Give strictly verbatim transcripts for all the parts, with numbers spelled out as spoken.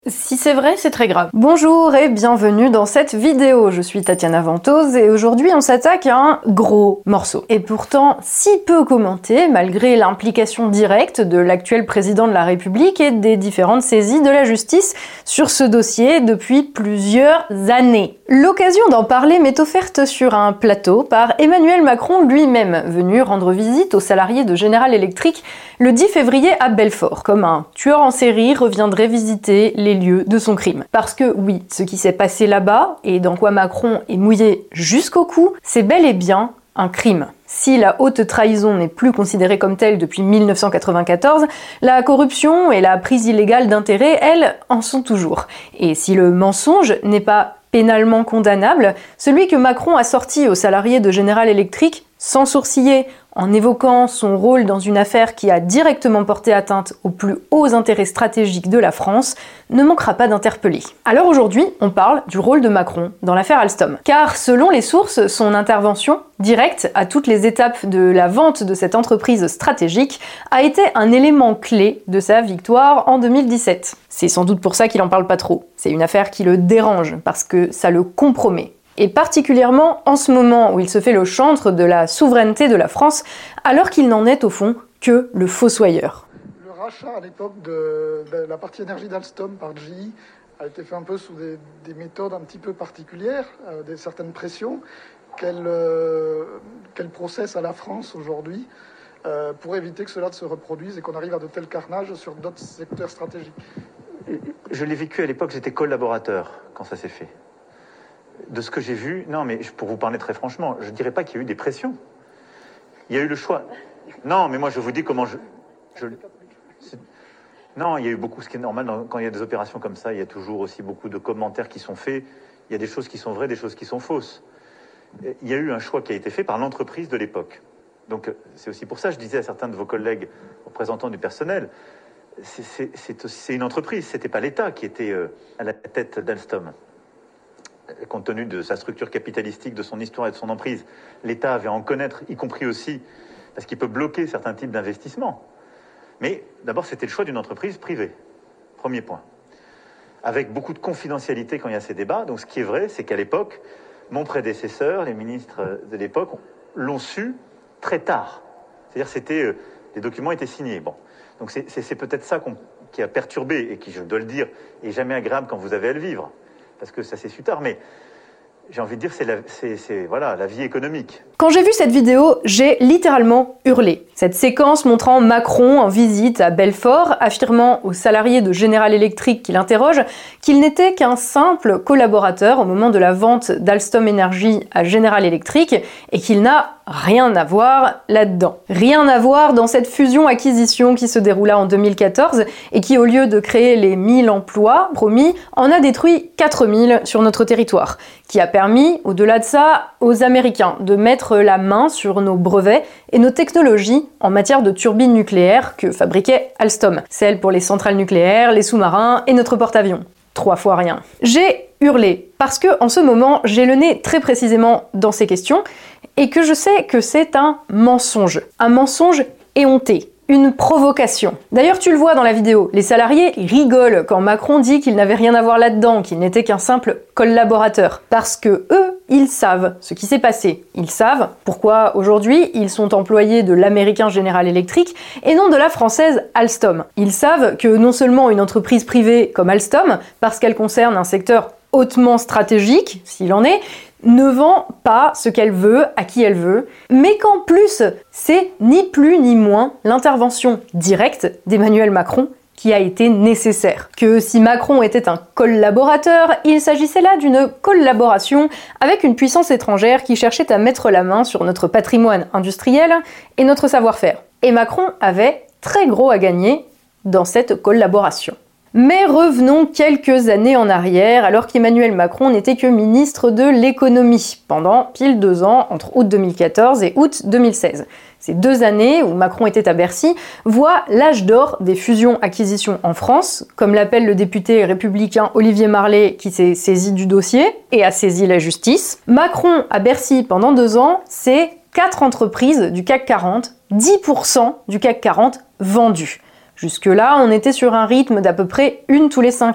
Si c'est vrai, c'est très grave. Bonjour et bienvenue dans cette vidéo, je suis Tatiana Ventose et aujourd'hui on s'attaque à un gros morceau. Et pourtant si peu commenté malgré l'implication directe de l'actuel président de la République et des différentes saisies de la justice sur ce dossier depuis plusieurs années. L'occasion d'en parler m'est offerte sur un plateau par Emmanuel Macron lui-même, venu rendre visite aux salariés de General Electric le dix février à Belfort, comme un tueur en série reviendrait visiter les lieux de son crime. Parce que oui, ce qui s'est passé là-bas, et dans quoi Macron est mouillé jusqu'au cou, c'est bel et bien un crime. Si la haute trahison n'est plus considérée comme telle depuis mille neuf cent quatre-vingt-quatorze, la corruption et la prise illégale d'intérêts, elles, en sont toujours. Et si le mensonge n'est pas pénalement condamnable, celui que Macron a sorti aux salariés de General Electric, sans sourciller, en évoquant son rôle dans une affaire qui a directement porté atteinte aux plus hauts intérêts stratégiques de la France, ne manquera pas d'interpeller. Alors aujourd'hui, on parle du rôle de Macron dans l'affaire Alstom. Car selon les sources, son intervention, directe à toutes les étapes de la vente de cette entreprise stratégique, a été un élément clé de sa victoire en deux mille dix-sept. C'est sans doute pour ça qu'il en parle pas trop. C'est une affaire qui le dérange, parce que ça le compromet. Et particulièrement en ce moment où il se fait le chantre de la souveraineté de la France, alors qu'il n'en est au fond que le fossoyeur. Le rachat à l'époque de, de la partie énergie d'Alstom par G E a été fait un peu sous des, des méthodes un petit peu particulières, euh, des certaines pressions qu'elle euh, qu'elle processe à la France aujourd'hui euh, pour éviter que cela ne se reproduise et qu'on arrive à de tels carnages sur d'autres secteurs stratégiques. Je l'ai vécu à l'époque, j'étais collaborateur quand ça s'est fait. De ce que j'ai vu, non mais pour vous parler très franchement, je ne dirais pas qu'il y a eu des pressions. Il y a eu le choix. Non, mais moi je vous dis comment je... je non, il y a eu beaucoup, ce qui est normal, dans, quand il y a des opérations comme ça, il y a toujours aussi beaucoup de commentaires qui sont faits. Il y a des choses qui sont vraies, des choses qui sont fausses. Il y a eu un choix qui a été fait par l'entreprise de l'époque. Donc c'est aussi pour ça que je disais à certains de vos collègues représentants du personnel, c'est une entreprise, c'était pas l'État qui était euh, à la tête d'Alstom. Compte tenu de sa structure capitalistique, de son histoire et de son emprise, l'État avait à en connaître, y compris aussi, parce qu'il peut bloquer certains types d'investissements. Mais d'abord, c'était le choix d'une entreprise privée. Premier point. Avec beaucoup de confidentialité quand il y a ces débats. Donc ce qui est vrai, c'est qu'à l'époque, mon prédécesseur, les ministres de l'époque, l'ont su très tard. C'est-à-dire c'était euh, les documents étaient signés. Bon. Donc c'est peut-être ça qu'on, qui a perturbé, et qui, je dois le dire, est jamais agréable quand vous avez à le vivre. Parce que ça s'est su tard, mais j'ai envie de dire, c'est la, c'est, c'est, voilà, la vie économique. Quand j'ai vu cette vidéo, j'ai littéralement hurlé. Cette séquence montrant Macron en visite à Belfort, affirmant aux salariés de General Electric qui l'interrogent qu'il n'était qu'un simple collaborateur au moment de la vente d'Alstom Energy à General Electric et qu'il n'a rien à voir là-dedans. Rien à voir dans cette fusion-acquisition qui se déroula en deux mille quatorze et qui, au lieu de créer les mille emplois promis, en a détruit quatre mille sur notre territoire, qui a permis, au-delà de ça, aux Américains de mettre la main sur nos brevets et nos technologies en matière de turbines nucléaires que fabriquait Alstom. Celles pour les centrales nucléaires, les sous-marins et notre porte-avions. Trois fois rien. J'ai hurlé parce que, en ce moment, j'ai le nez très précisément dans ces questions et que je sais que c'est un mensonge. Un mensonge éhonté. Une provocation. D'ailleurs, tu le vois dans la vidéo, les salariés rigolent quand Macron dit qu'il n'avait rien à voir là-dedans, qu'il n'était qu'un simple collaborateur. Parce que eux, ils savent ce qui s'est passé. Ils savent pourquoi aujourd'hui ils sont employés de l'américain General Electric et non de la française Alstom. Ils savent que non seulement une entreprise privée comme Alstom, parce qu'elle concerne un secteur hautement stratégique, s'il en est, ne vend pas ce qu'elle veut, à qui elle veut, mais qu'en plus, c'est ni plus ni moins l'intervention directe d'Emmanuel Macron qui a été nécessaire. Que si Macron était un collaborateur, il s'agissait là d'une collaboration avec une puissance étrangère qui cherchait à mettre la main sur notre patrimoine industriel et notre savoir-faire. Et Macron avait très gros à gagner dans cette collaboration. Mais revenons quelques années en arrière, alors qu'Emmanuel Macron n'était que ministre de l'économie, pendant pile deux ans, entre août deux mille quatorze et août deux mille seize. Ces deux années où Macron était à Bercy voient l'âge d'or des fusions-acquisitions en France, comme l'appelle le député républicain Olivier Marleix qui s'est saisi du dossier et a saisi la justice. Macron à Bercy pendant deux ans, c'est quatre entreprises du C A C quarante, dix pour cent du C A C quarante vendues. Jusque-là, on était sur un rythme d'à peu près une tous les cinq ans.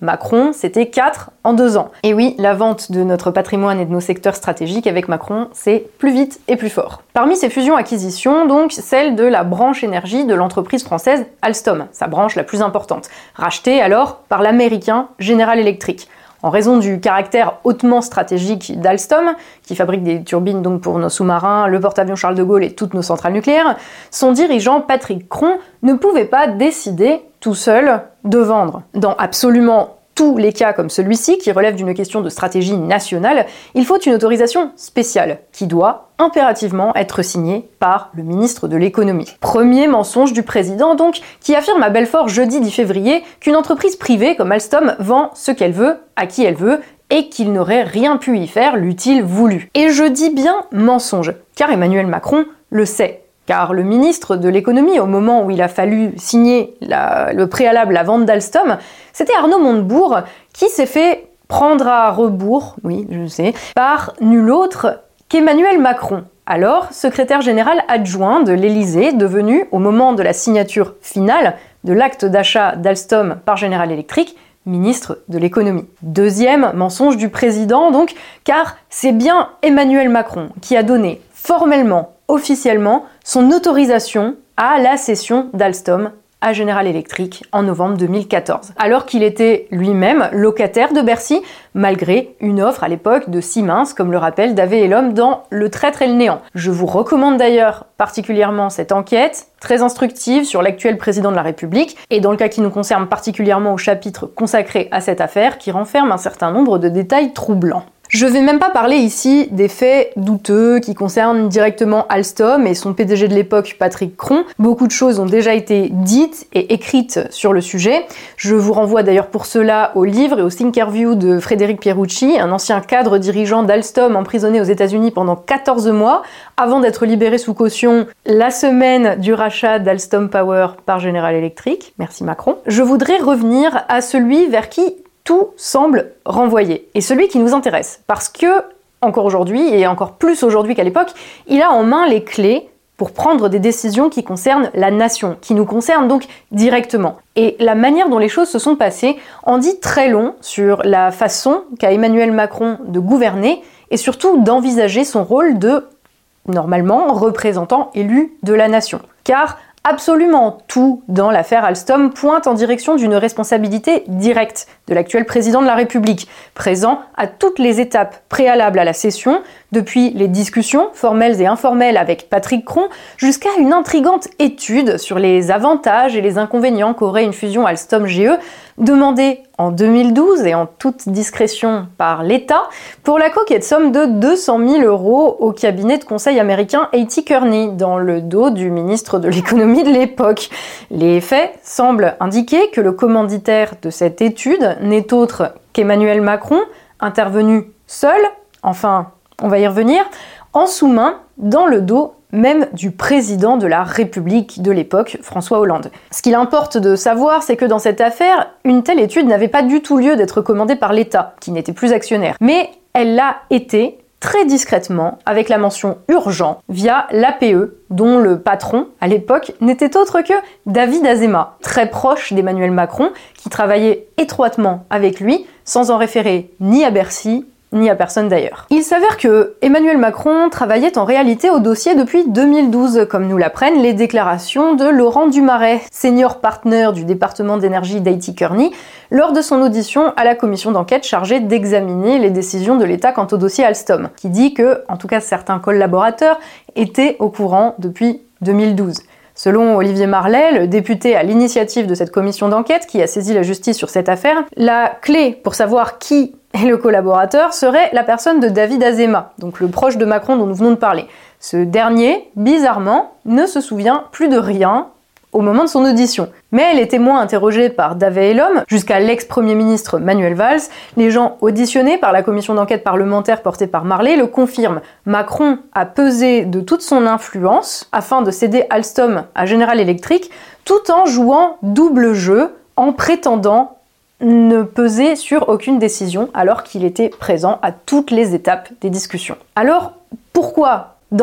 Macron, c'était quatre en deux ans. Et oui, la vente de notre patrimoine et de nos secteurs stratégiques avec Macron, c'est plus vite et plus fort. Parmi ces fusions-acquisitions, donc, celle de la branche énergie de l'entreprise française Alstom, sa branche la plus importante, rachetée alors par l'américain General Electric. En raison du caractère hautement stratégique d'Alstom, qui fabrique des turbines donc pour nos sous-marins, le porte-avions Charles de Gaulle et toutes nos centrales nucléaires, son dirigeant Patrick Cron ne pouvait pas décider tout seul de vendre. Dans absolument tous les cas comme celui-ci, qui relève d'une question de stratégie nationale, il faut une autorisation spéciale, qui doit impérativement être signée par le ministre de l'économie. Premier mensonge du président donc, qui affirme à Belfort jeudi dix février qu'une entreprise privée comme Alstom vend ce qu'elle veut, à qui elle veut, et qu'il n'aurait rien pu y faire l'eût-il voulu. Et je dis bien mensonge, car Emmanuel Macron le sait. Car le ministre de l'économie, au moment où il a fallu signer la, le préalable à la vente d'Alstom, c'était Arnaud Montebourg qui s'est fait prendre à rebours, oui, je sais, par nul autre qu'Emmanuel Macron, alors secrétaire général adjoint de l'Élysée, devenu, au moment de la signature finale de l'acte d'achat d'Alstom par General Electric, ministre de l'économie. Deuxième mensonge du président, donc, car c'est bien Emmanuel Macron qui a donné formellement, officiellement, son autorisation à la cession d'Alstom à General Electric en novembre deux mille quatorze, alors qu'il était lui-même locataire de Bercy, malgré une offre à l'époque de Siemens, comme le rappelle Davé et l'homme dans Le traître et le néant. Je vous recommande d'ailleurs particulièrement cette enquête, très instructive sur l'actuel président de la République, et dans le cas qui nous concerne particulièrement au chapitre consacré à cette affaire, qui renferme un certain nombre de détails troublants. Je vais même pas parler ici des faits douteux qui concernent directement Alstom et son P D G de l'époque, Patrick Cron. Beaucoup de choses ont déjà été dites et écrites sur le sujet. Je vous renvoie d'ailleurs pour cela au livre et au Thinkerview de Frédéric Pierucci, un ancien cadre dirigeant d'Alstom emprisonné aux États-Unis pendant quatorze mois, avant d'être libéré sous caution la semaine du rachat d'Alstom Power par General Electric. Merci Macron. Je voudrais revenir à celui vers qui tout semble renvoyer, et celui qui nous intéresse, parce que, encore aujourd'hui, et encore plus aujourd'hui qu'à l'époque, il a en main les clés pour prendre des décisions qui concernent la nation, qui nous concernent donc directement. Et la manière dont les choses se sont passées en dit très long sur la façon qu'a Emmanuel Macron de gouverner, et surtout d'envisager son rôle de, normalement, représentant élu de la nation. Car absolument tout dans l'affaire Alstom pointe en direction d'une responsabilité directe de l'actuel président de la République, présent à toutes les étapes préalables à la cession, depuis les discussions formelles et informelles avec Patrick Cron, jusqu'à une intrigante étude sur les avantages et les inconvénients qu'aurait une fusion Alstom-G E, demandée en deux mille douze et en toute discrétion par l'État, pour la coquette somme de deux cent mille euros au cabinet de conseil américain A T Kearney, dans le dos du ministre de l'économie de l'époque. Les faits semblent indiquer que le commanditaire de cette étude n'est autre qu'Emmanuel Macron, intervenu seul, enfin, on va y revenir, en sous-main, dans le dos même du président de la République de l'époque, François Hollande. Ce qu'il importe de savoir, c'est que dans cette affaire, une telle étude n'avait pas du tout lieu d'être commandée par l'État, qui n'était plus actionnaire. Mais elle l'a été, très discrètement, avec la mention « urgent » via l'A P E, dont le patron, à l'époque, n'était autre que David Azéma, très proche d'Emmanuel Macron, qui travaillait étroitement avec lui, sans en référer ni à Bercy, ni à personne d'ailleurs. Il s'avère que Emmanuel Macron travaillait en réalité au dossier depuis deux mille douze, comme nous l'apprennent les déclarations de Laurent Dumaret, senior partner du département d'énergie d'A T Kearney, lors de son audition à la commission d'enquête chargée d'examiner les décisions de l'État quant au dossier Alstom, qui dit que, en tout cas certains collaborateurs, étaient au courant depuis deux mille douze. Selon Olivier Marleix, le député à l'initiative de cette commission d'enquête qui a saisi la justice sur cette affaire, la clé pour savoir qui est le collaborateur serait la personne de David Azéma, donc le proche de Macron dont nous venons de parler. Ce dernier, bizarrement, ne se souvient plus de rien au moment de son audition. Mais les témoins interrogés par Davé et l'homme, jusqu'à l'ex-premier ministre Manuel Valls, les gens auditionnés par la commission d'enquête parlementaire portée par Marleix le confirment. Macron a pesé de toute son influence afin de céder Alstom à General Electric, tout en jouant double jeu, en prétendant ne peser sur aucune décision alors qu'il était présent à toutes les étapes des discussions. Alors, pourquoi ? Dans quel but ?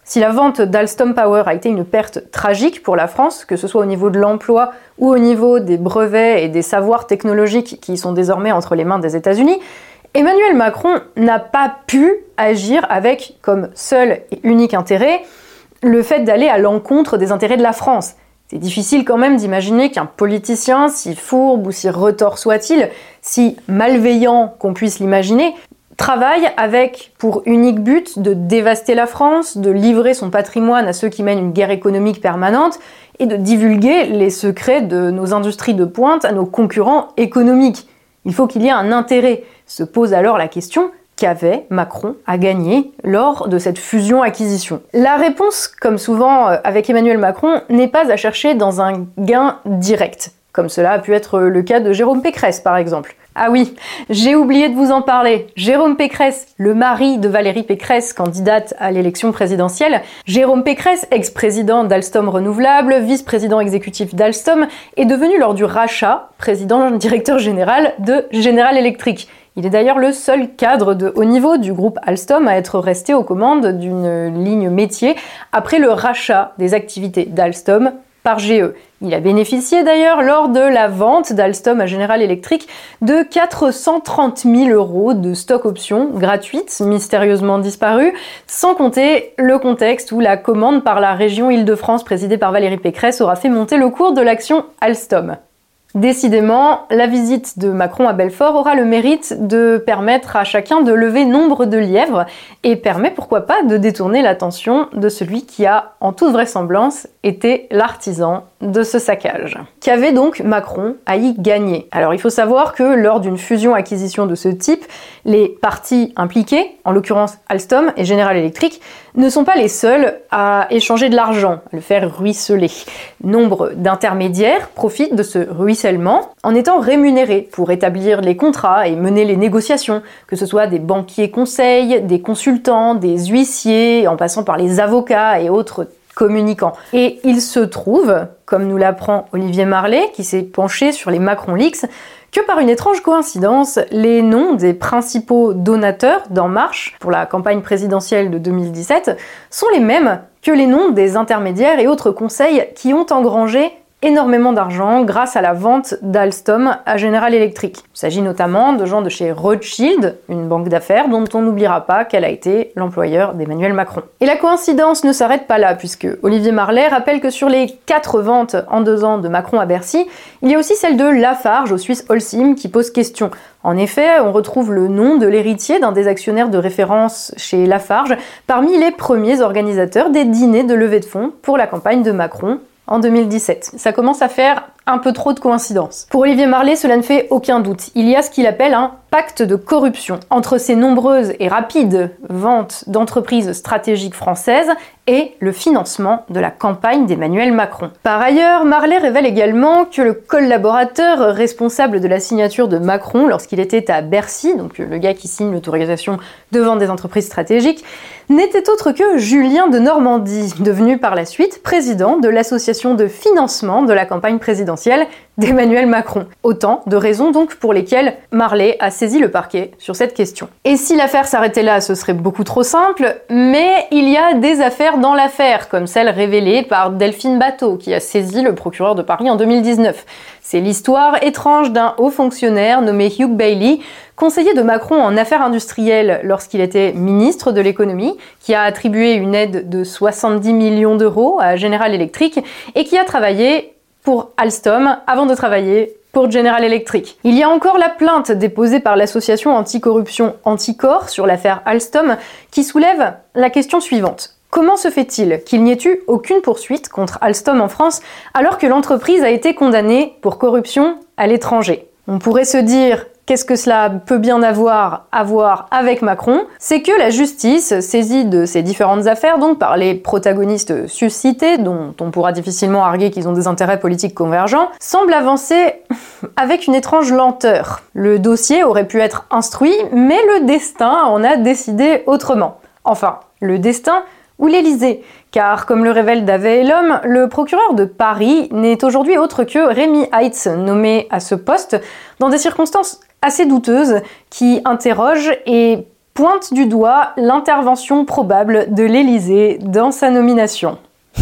Si la vente d'Alstom Power a été une perte tragique pour la France, que ce soit au niveau de l'emploi ou au niveau des brevets et des savoirs technologiques qui sont désormais entre les mains des États-Unis, Emmanuel Macron n'a pas pu agir avec comme seul et unique intérêt le fait d'aller à l'encontre des intérêts de la France. C'est difficile quand même d'imaginer qu'un politicien, si fourbe ou si retors soit-il, si malveillant qu'on puisse l'imaginer, travaille avec pour unique but de dévaster la France, de livrer son patrimoine à ceux qui mènent une guerre économique permanente et de divulguer les secrets de nos industries de pointe à nos concurrents économiques. Il faut qu'il y ait un intérêt. Se pose alors la question: qu'avait Macron à gagner lors de cette fusion-acquisition? La réponse, comme souvent avec Emmanuel Macron, n'est pas à chercher dans un gain direct, comme cela a pu être le cas de Jérôme Pécresse par exemple. Ah oui, j'ai oublié de vous en parler. Jérôme Pécresse, le mari de Valérie Pécresse, candidate à l'élection présidentielle. Jérôme Pécresse, ex-président d'Alstom Renouvelable, vice-président exécutif d'Alstom, est devenu lors du rachat président-directeur général de General Electric. Il est d'ailleurs le seul cadre de haut niveau du groupe Alstom à être resté aux commandes d'une ligne métier après le rachat des activités d'Alstom par G E. Il a bénéficié d'ailleurs lors de la vente d'Alstom à General Electric de quatre cent trente mille euros de stock options gratuites, mystérieusement disparues, sans compter le contexte où la commande par la région Île-de-France présidée par Valérie Pécresse aura fait monter le cours de l'action Alstom. Décidément, la visite de Macron à Belfort aura le mérite de permettre à chacun de lever nombre de lièvres et permet pourquoi pas de détourner l'attention de celui qui a, en toute vraisemblance, été l'artisan de ce saccage. Qu'avait donc Macron à y gagner? Alors il faut savoir que lors d'une fusion-acquisition de ce type, les parties impliquées, en l'occurrence Alstom et General Electric, ne sont pas les seuls à échanger de l'argent, à le faire ruisseler. Nombre d'intermédiaires profitent de ce ruissellement en étant rémunérés pour établir les contrats et mener les négociations, que ce soit des banquiers conseils, des consultants, des huissiers, en passant par les avocats et autres communicants. Et il se trouve, comme nous l'apprend Olivier Marleix, qui s'est penché sur les Macron Leaks, que par une étrange coïncidence, les noms des principaux donateurs d'En Marche pour la campagne présidentielle de deux mille dix-sept sont les mêmes que les noms des intermédiaires et autres conseils qui ont engrangé énormément d'argent grâce à la vente d'Alstom à General Electric. Il s'agit notamment de gens de chez Rothschild, une banque d'affaires dont on n'oubliera pas qu'elle a été l'employeur d'Emmanuel Macron. Et la coïncidence ne s'arrête pas là, puisque Olivier Marleix rappelle que sur les quatre ventes en deux ans de Macron à Bercy, il y a aussi celle de Lafarge au Suisse Holcim qui pose question. En effet, on retrouve le nom de l'héritier d'un des actionnaires de référence chez Lafarge parmi les premiers organisateurs des dîners de levée de fonds pour la campagne de Macron en deux mille dix-sept. Ça commence à faire un peu trop de coïncidences. Pour Olivier Marleix, cela ne fait aucun doute. Il y a ce qu'il appelle un pacte de corruption entre ces nombreuses et rapides ventes d'entreprises stratégiques françaises et le financement de la campagne d'Emmanuel Macron. Par ailleurs, Marleix révèle également que le collaborateur responsable de la signature de Macron lorsqu'il était à Bercy, donc le gars qui signe l'autorisation de vente des entreprises stratégiques, n'était autre que Julien de Normandie, devenu par la suite président de l'association de financement de la campagne présidentielle d'Emmanuel Macron. Autant de raisons donc pour lesquelles Marleix a saisi le parquet sur cette question. Et si l'affaire s'arrêtait là, ce serait beaucoup trop simple, mais il y a des affaires dans l'affaire, comme celle révélée par Delphine Batho, qui a saisi le procureur de Paris en deux mille dix-neuf. C'est l'histoire étrange d'un haut fonctionnaire nommé Hugh Bailey, conseiller de Macron en affaires industrielles lorsqu'il était ministre de l'économie, qui a attribué une aide de soixante-dix millions d'euros à General Electric et qui a travaillé pour Alstom avant de travailler pour General Electric. Il y a encore la plainte déposée par l'association anticorruption Anticor sur l'affaire Alstom qui soulève la question suivante. Comment se fait-il qu'il n'y ait eu aucune poursuite contre Alstom en France alors que l'entreprise a été condamnée pour corruption à l'étranger? On pourrait se dire qu'est-ce que cela peut bien avoir à voir avec Macron? C'est que la justice, saisie de ces différentes affaires, donc par les protagonistes suscités, dont on pourra difficilement arguer qu'ils ont des intérêts politiques convergents, semble avancer avec une étrange lenteur. Le dossier aurait pu être instruit, mais le destin en a décidé autrement. Enfin, le destin ou l'Élysée, car comme le révèle Davet et l'Homme, le procureur de Paris n'est aujourd'hui autre que Rémi Heitz, nommé à ce poste dans des circonstances assez douteuses qui interrogent et pointe du doigt l'intervention probable de l'Élysée dans sa nomination.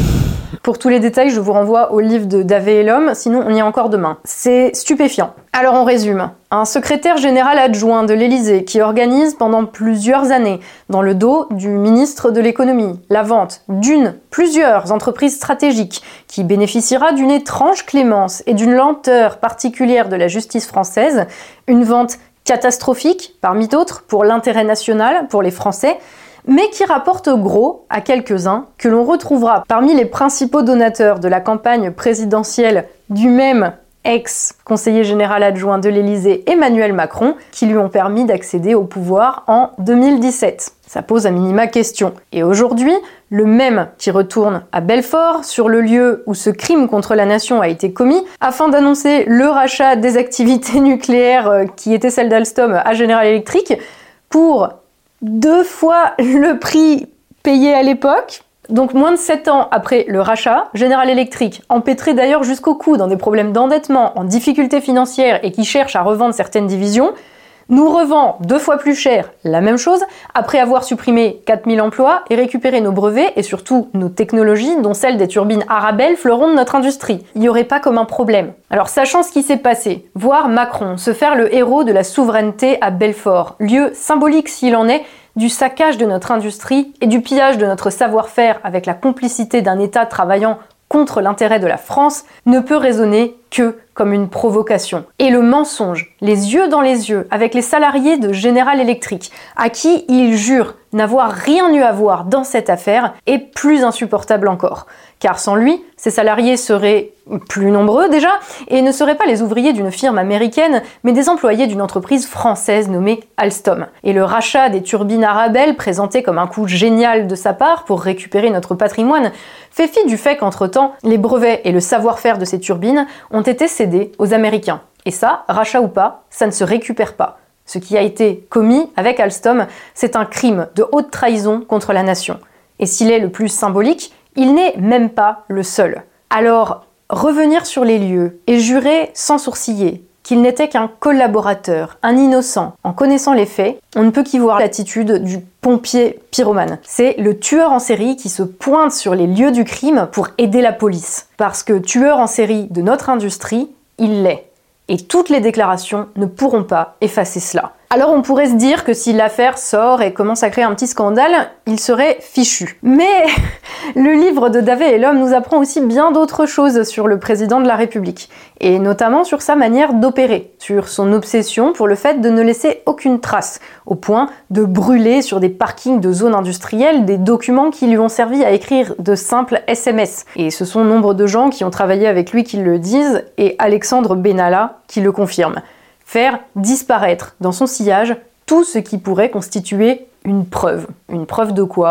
Pour tous les détails, je vous renvoie au livre de Davé et l'homme, sinon on y est encore demain. C'est stupéfiant. Alors on résume. Un secrétaire général adjoint de l'Élysée qui organise pendant plusieurs années, dans le dos du ministre de l'économie, la vente d'une, plusieurs entreprises stratégiques, qui bénéficiera d'une étrange clémence et d'une lenteur particulière de la justice française, une vente catastrophique, parmi d'autres, pour l'intérêt national, pour les Français, mais qui rapporte gros à quelques-uns que l'on retrouvera parmi les principaux donateurs de la campagne présidentielle du même ex-conseiller général adjoint de l'Élysée Emmanuel Macron, qui lui ont permis d'accéder au pouvoir en deux mille dix-sept. Ça pose à minima question. Et aujourd'hui, le même qui retourne à Belfort, sur le lieu où ce crime contre la nation a été commis, afin d'annoncer le rachat des activités nucléaires qui étaient celles d'Alstom à General Electric, pour deux fois le prix payé à l'époque. Donc moins de sept ans après le rachat, General Electric, empêtré d'ailleurs jusqu'au cou dans des problèmes d'endettement, en difficultés financières et qui cherche à revendre certaines divisions, nous revend deux fois plus cher la même chose après avoir supprimé quatre mille emplois et récupéré nos brevets et surtout nos technologies, dont celle des turbines Arabelle, fleuron de notre industrie. Il n'y aurait pas comme un problème. Alors sachant ce qui s'est passé, voir Macron se faire le héros de la souveraineté à Belfort, lieu symbolique s'il en est, du saccage de notre industrie et du pillage de notre savoir-faire avec la complicité d'un État travaillant contre l'intérêt de la France, ne peut résonner que comme une provocation. Et le mensonge, les yeux dans les yeux, avec les salariés de General Electric, à qui il jure n'avoir rien eu à voir dans cette affaire, est plus insupportable encore. Car sans lui, ces salariés seraient plus nombreux déjà, et ne seraient pas les ouvriers d'une firme américaine, mais des employés d'une entreprise française nommée Alstom. Et le rachat des turbines Arabelle, présenté comme un coup génial de sa part pour récupérer notre patrimoine, fait fi du fait qu'entre-temps, les brevets et le savoir-faire de ces turbines ont été cédés aux Américains. Et ça, rachat ou pas, ça ne se récupère pas. Ce qui a été commis avec Alstom, c'est un crime de haute trahison contre la nation. Et s'il est le plus symbolique, il n'est même pas le seul. Alors, revenir sur les lieux et jurer sans sourciller qu'il n'était qu'un collaborateur, un innocent, en connaissant les faits, on ne peut qu'y voir l'attitude du pompier pyromane. C'est le tueur en série qui se pointe sur les lieux du crime pour aider la police. Parce que tueur en série de notre industrie, il l'est. Et toutes les déclarations ne pourront pas effacer cela. Alors on pourrait se dire que si l'affaire sort et commence à créer un petit scandale, il serait fichu. Mais le livre de Davé et l'homme nous apprend aussi bien d'autres choses sur le président de la République, et notamment sur sa manière d'opérer, sur son obsession pour le fait de ne laisser aucune trace, au point de brûler sur des parkings de zones industrielles des documents qui lui ont servi à écrire de simples S M S. Et ce sont nombre de gens qui ont travaillé avec lui qui le disent, et Alexandre Benalla qui le confirme. Faire disparaître dans son sillage tout ce qui pourrait constituer une preuve. Une preuve de quoi ?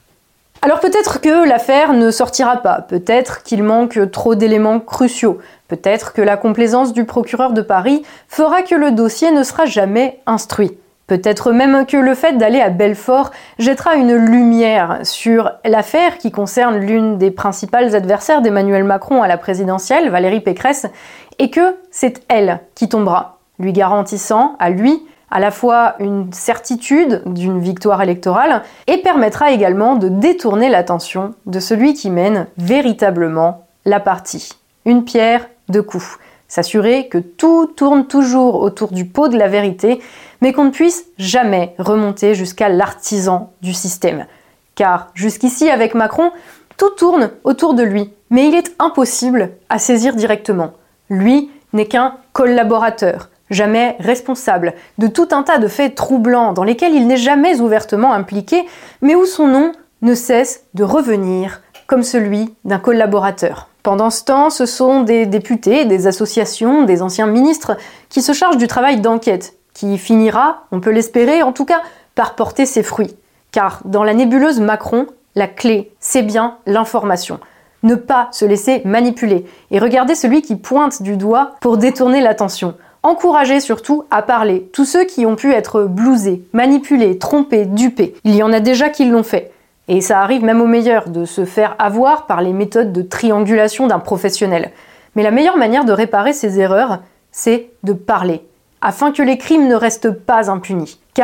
Alors peut-être que l'affaire ne sortira pas, peut-être qu'il manque trop d'éléments cruciaux, peut-être que la complaisance du procureur de Paris fera que le dossier ne sera jamais instruit. Peut-être même que le fait d'aller à Belfort jettera une lumière sur l'affaire qui concerne l'une des principales adversaires d'Emmanuel Macron à la présidentielle, Valérie Pécresse, et que c'est elle qui tombera, lui garantissant à lui à la fois une certitude d'une victoire électorale et permettra également de détourner l'attention de celui qui mène véritablement la partie. Une pierre, deux coups. S'assurer que tout tourne toujours autour du pot de la vérité, mais qu'on ne puisse jamais remonter jusqu'à l'artisan du système. Car jusqu'ici, avec Macron, tout tourne autour de lui, mais il est impossible à saisir directement. Lui n'est qu'un collaborateur, jamais responsable de tout un tas de faits troublants dans lesquels il n'est jamais ouvertement impliqué, mais où son nom ne cesse de revenir comme celui d'un collaborateur. Pendant ce temps, ce sont des députés, des associations, des anciens ministres qui se chargent du travail d'enquête, qui finira, on peut l'espérer en tout cas, par porter ses fruits. Car dans la nébuleuse Macron, la clé, c'est bien l'information. Ne pas se laisser manipuler et regarder celui qui pointe du doigt pour détourner l'attention. Encourager surtout à parler tous ceux qui ont pu être blousés, manipulés, trompés, dupés. Il y en a déjà qui l'ont fait. Et ça arrive même aux meilleurs de se faire avoir par les méthodes de triangulation d'un professionnel. Mais la meilleure manière de réparer ces erreurs, c'est de parler, afin que les crimes ne restent pas impunis. Car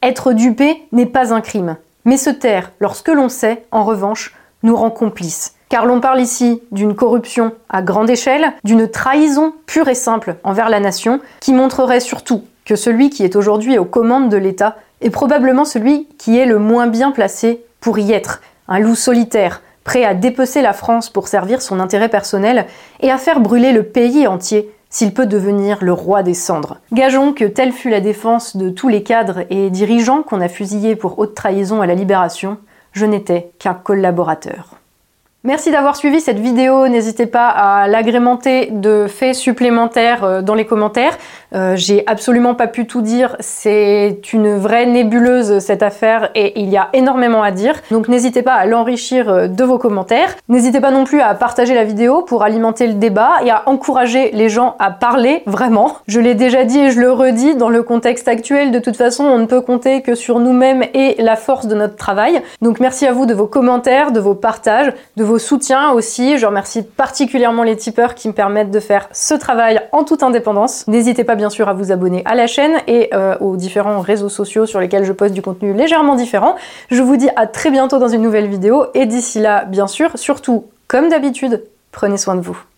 Être dupé n'est pas un crime. Mais se taire lorsque l'on sait, en revanche, nous rend complices. Car l'on parle ici d'une corruption à grande échelle, d'une trahison pure et simple envers la nation, qui montrerait surtout que celui qui est aujourd'hui aux commandes de l'État est probablement celui qui est le moins bien placé pour y être. Un loup solitaire, prêt à dépecer la France pour servir son intérêt personnel et à faire brûler le pays entier s'il peut devenir le roi des cendres. Gageons que telle fut la défense de tous les cadres et dirigeants qu'on a fusillés pour haute trahison à la Libération. Je n'étais qu'un collaborateur. Merci d'avoir suivi cette vidéo, n'hésitez pas à l'agrémenter de faits supplémentaires dans les commentaires. Euh, j'ai absolument pas pu tout dire, c'est une vraie nébuleuse cette affaire et il y a énormément à dire. Donc n'hésitez pas à l'enrichir de vos commentaires. N'hésitez pas non plus à partager la vidéo pour alimenter le débat et à encourager les gens à parler, vraiment. Je l'ai déjà dit et je le redis, dans le contexte actuel, de toute façon, on ne peut compter que sur nous-mêmes et la force de notre travail. Donc merci à vous de vos commentaires, de vos partages, de vos soutiens aussi. Je remercie particulièrement les tipeurs qui me permettent de faire ce travail en toute indépendance. N'hésitez pas bien sûr à vous abonner à la chaîne et euh, aux différents réseaux sociaux sur lesquels je poste du contenu légèrement différent. Je vous dis à très bientôt dans une nouvelle vidéo et d'ici là, bien sûr, surtout, comme d'habitude, prenez soin de vous.